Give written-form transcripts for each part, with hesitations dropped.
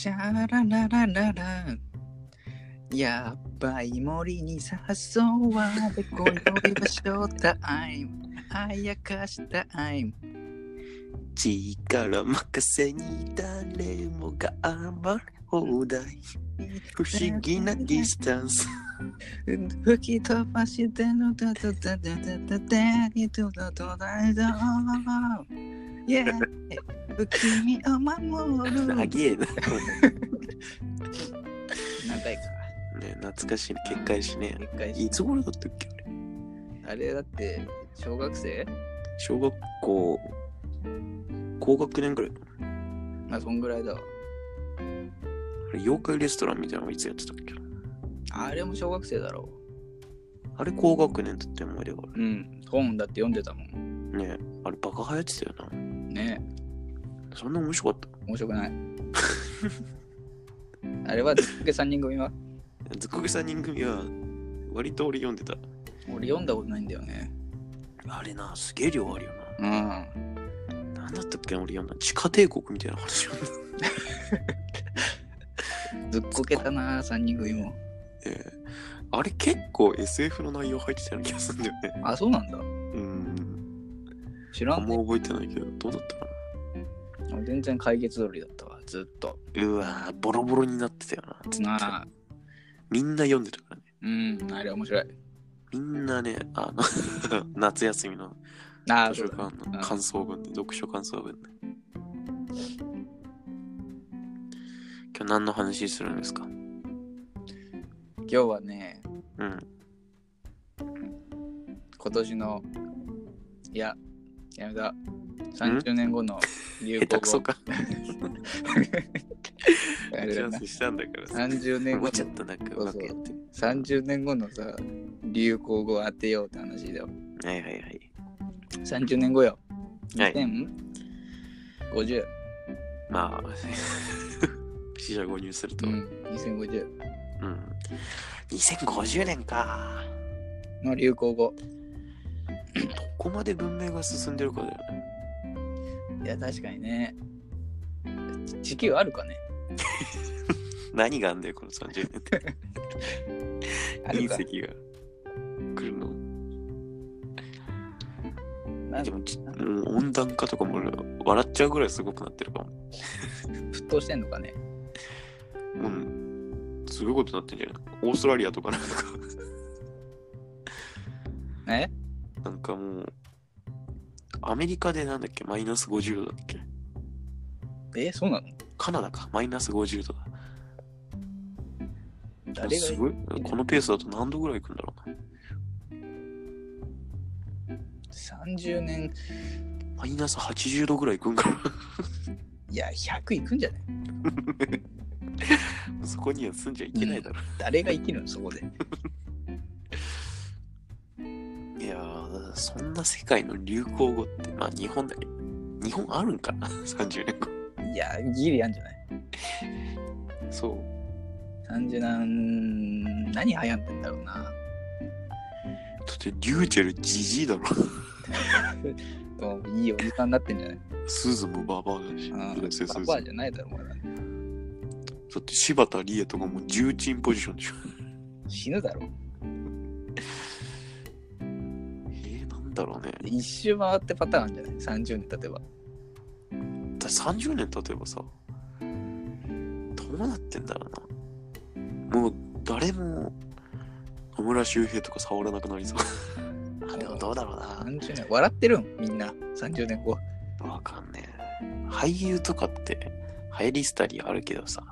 シャラララララやっばい森に誘われ今宵はショータイムあやかしタイム力任せに誰もが余る放題不思議なディスタンス吹き飛ばしてのタタタタタタタにとどとだいぞイェーイ君を守る長えな何回かね、懐かしいね、結界しね。 結界しいつ頃だったっけあれだって小学生小学校高学年ぐらい。 まあそんぐらいだわ。 あれ妖怪レストランみたいなのがいつやってたっけあれも小学生だろあれ高学年だって思い出があう。うん本だって読んでたもんる。ねあれバカ流行ってたよな。 ね。 そんな面白かった。 面白くないあれはずっこけ3人組はずっこけ3人組は割と俺読んでた。 俺読んだことないんだよね。 あれな、すげえ量あるようんな。なんだったっけな、俺読んだ。地下帝国みたいな話読んだ。 ずっこけたな3人組も。 あれ結構 SF の内容入ってたような気がするんだよね。 あそうなんだ。 あん知らんね。 ま覚えてないけど、どうだったかな。 全然解決通りだったわずっと。 うわぁ、ボロボロになってたよな。ずっとあみんな読んでたからね。 うんあれ面白い。 みんなね、夏休みのあ図書館の感想文で、読書感想文で。今日何の話するんですか？ 今日はね、今年のやめた30年後の流行語。 下手くそか。 あれだな。 したんだからさ。 30年後ちょっとなんかうまくやって。 30年後のさ流行語を当てようって話だよ。 はいはいはい。 30年後よ。 はい。 2050。 まあ、四捨五入すると。 2050。 2050年か。 の流行語。 どこまで文明が進んでるかだよね。 いや、確かにね。地球あるかね。 何があんだよ、この30年って。隕石が来るの。でも温暖化とかも笑っちゃうぐらいすごくなってるかも。 沸騰してんのかね。 すごいことになってんじゃない？オーストラリアとかなんかなんかもうアメリカでなんだっけマイナス50度だっけ？ そうなの？ カナダかマイナス50度だ。 誰がすごい。このペースだと何度ぐらい行くんだろうな。 30年マイナス80度ぐらい行くんかな。 いや100行くんじゃない？ そこには住んじゃいけないだろ。 誰が生きるのそこで。 いやー、そんな世界の流行語ってまあ日本だけど日本あるんかな30年後。 いやギリあんじゃない？ そう 30年何流行ってんだろうな。 だってリューチェルジジイだろ。 もういいおじさんになってんじゃない？ スズもババアだし。 ババアじゃないだろまだ。 だって柴田理恵とかも重鎮ポジションでしょ。 死ぬだろ。 なんだろうね。 一周回ってパターンあるんじゃない？30年経てば。 だ30年経てばさ、どうなってんだろうな。もう誰も野村周平とか触らなくなりそう。でもどうだろうな。 30年笑ってるんみんな30年後。 わかんねえ。俳優とかって流行り廃りあるけどさ、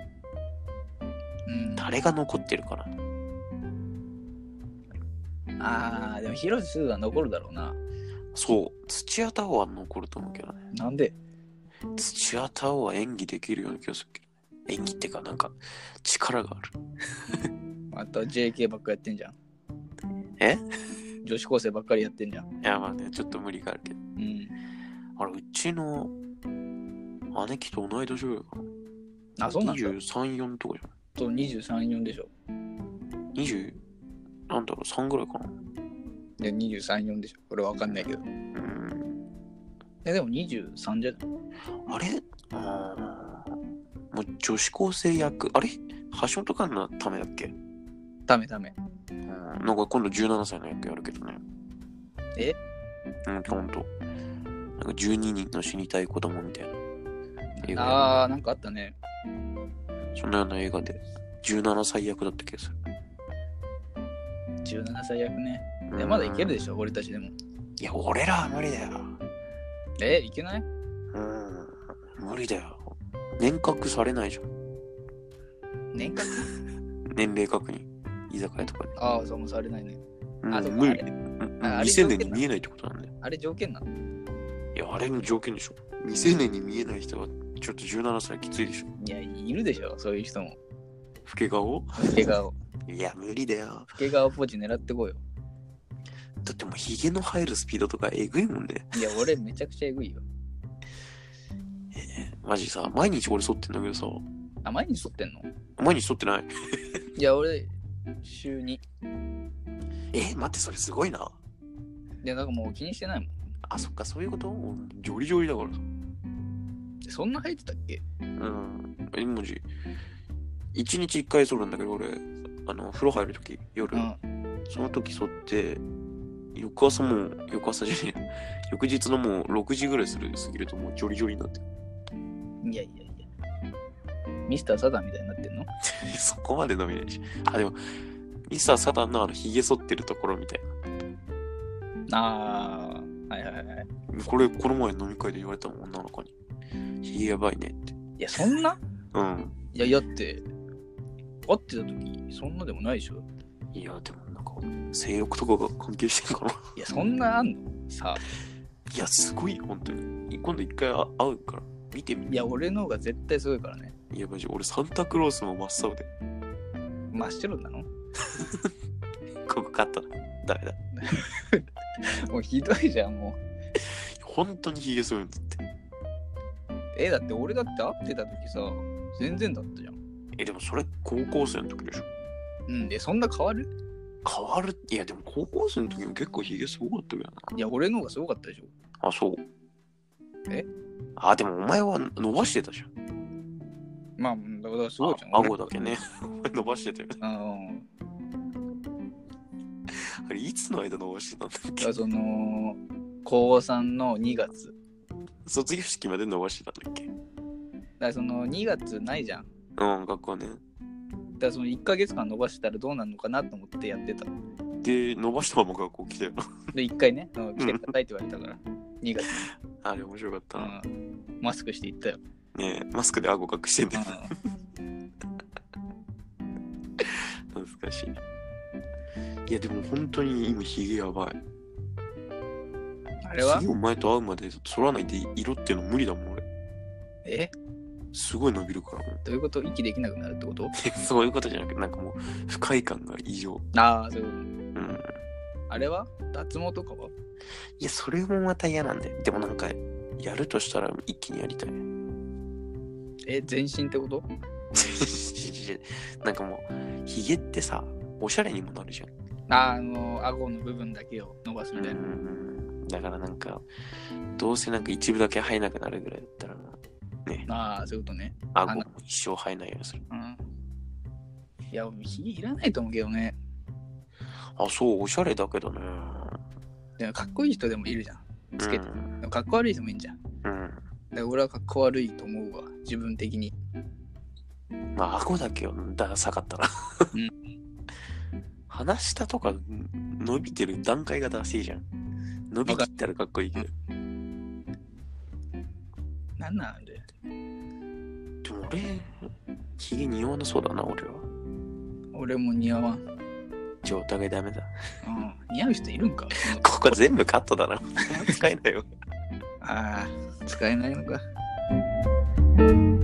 誰が残ってるかな。でも広瀬すずは残るだろうな。 そう土屋太鳳は残ると思うけどね。 なんで？ 土屋太鳳は演技できるような気がするけど、演技ってかなんか力がある。 また JK ばっかやってんじゃん。女子高生ばっかりやってんじゃん。 いやまあね、ちょっと無理があるけど。あれ、うちの姉貴と同い年ぐらいかな。 そうなんだ。 23、4とかじゃん。 と23、4でしょ。 20なんだろう、3ぐらいかな。 で、23、4でしょ。これわかんないけど。でも23じゃない？ あれもう女子高生役、あれ橋本環奈のためだっけ？ ダメダメ。 なんか今度17歳の役やるけどね。 え？ ほんと。なんか12人の死にたい子供みたいな映画。 ああ、なんかあったね。 そんなような映画で17歳役だった気がする。 17歳役ね。いや、まだいけるでしょ、俺たちでも。 いや、俺らは無理だよ。 いけない？ 無理だよ。年確されないじゃん。 年間？ 年齢確認。居酒屋とかで。 ああ、そうもされないね。 無理。 あれ未成年に見えないってことなんだよ。 あれ条件なの？ いや、あれの条件でしょ。未成年に見えない人はちょっと17歳きついでしょ。 いや、いるでしょ、そういう人も。 老け顔？ 老け顔。 いや、無理だよ。 老け顔ポジ狙ってこいよ。 だってもうヒゲの生えるスピードとかえぐいもんね。 いや、俺めちゃくちゃえぐいよ。 マジさ、毎日俺剃ってんだけどさ。 あ、毎日剃ってんの？ 毎日剃ってない？ いや、俺、週2。 待って、それすごいな。 いや、なんかもう気にしてないもん。 あ、そっか、そういうこと？ジョリジョリだからさ。 そんな生えてたっけ？ 文字。1日1回剃るんだけど、俺、風呂入るとき、夜、その時剃って、翌朝じゃねえ。翌日のもう6時ぐらい過ぎるともうジョリジョリになってる。 いや。ミスターサダンみたいになってんの？ そこまで伸びないし。あ、でも、ミスターサダンの髭剃ってるところみたいな。はい。 これ、この前飲み会で言われたもん、女の子に。髭やばいねって。 いや、そんな？いや、だって、会ってた時、そんなでもないでしょ？ いや、でもなんか、性欲とかが関係してんかな。 いや、そんなあんの？さあ。 いや、すごい、本当に。今度一回会うから、見てみて。 いや、俺の方が絶対すごいからね。 いや、マジ、俺サンタクロースも真っ青で。 真っ白なの？ ここカットだ。ダメだ。 もうひどいじゃん、もう。 本当にヒゲ剃るんだって。 だって俺だって会ってた時さ、全然だったじゃん。 でもそれ高校生の時でしょ。 そんな変わる？ 変わる？いや、でも高校生の時も結構ヒゲすごかったけどな。 いや、俺の方がすごかったでしょ。 あ、そう。でもお前は伸ばしてたじゃん。 まあ、だからすごいじゃん。 顎だけね。伸ばしてたよね。あれ、いつの間伸ばしてたんだっけ？ 高3の2月。 卒業式まで伸ばしてたんだっけ？ だから2月ないじゃん。 学校ね。 だから1ヶ月間伸ばしたらどうなるのかなと思ってやってた。 で、伸ばしたまま学校来たよ。 で、1回ね、来てくださいって言われたから、2月に。 あれ面白かったな。 マスクして行ったよ。 ねえ、マスクで顎隠してんだよ。懐かしい。いや、でも本当に今ヒゲやばい。 あれは？ 次お前と会うまで剃らないで色っていうの無理だもん、俺。 すごい伸びるからもう。 どういうこと？息できなくなるってこと？ そういうことじゃなくて、なんかもう不快感が異常。 そういうこと。あれは？脱毛とかは？ いや、それもまた嫌なんだよ。でもなんか、やるとしたら一気にやりたい。 全身ってこと？ なんかもう、ヒゲってさ、おしゃれにもなるじゃん。 顎の部分だけを伸ばすみたいな。 だからなんか、どうせなんか一部だけ生えなくなるぐらいだったらね。 そういうことね。 顎も一生生えないようにする。 いや、ヒゲいらないと思うけどね。 そう、おしゃれだけどね。 でもかっこいい人でもいるじゃん。つけて。でもかっこ悪い人もいいんじゃん。だから俺はかっこ悪いと思うわ、自分的に。 顎だけをダサかったら。鼻下とか伸びてる段階がダセいじゃん。伸びきったらかっこいいけど。 なんなんで？ でも俺、ヒゲ似合わなそうだな、俺は。 俺も似合わん。 じゃあお互いダメだ。 似合う人いるんか？ ここ全部カットだな。使えないよ。 使えないのか。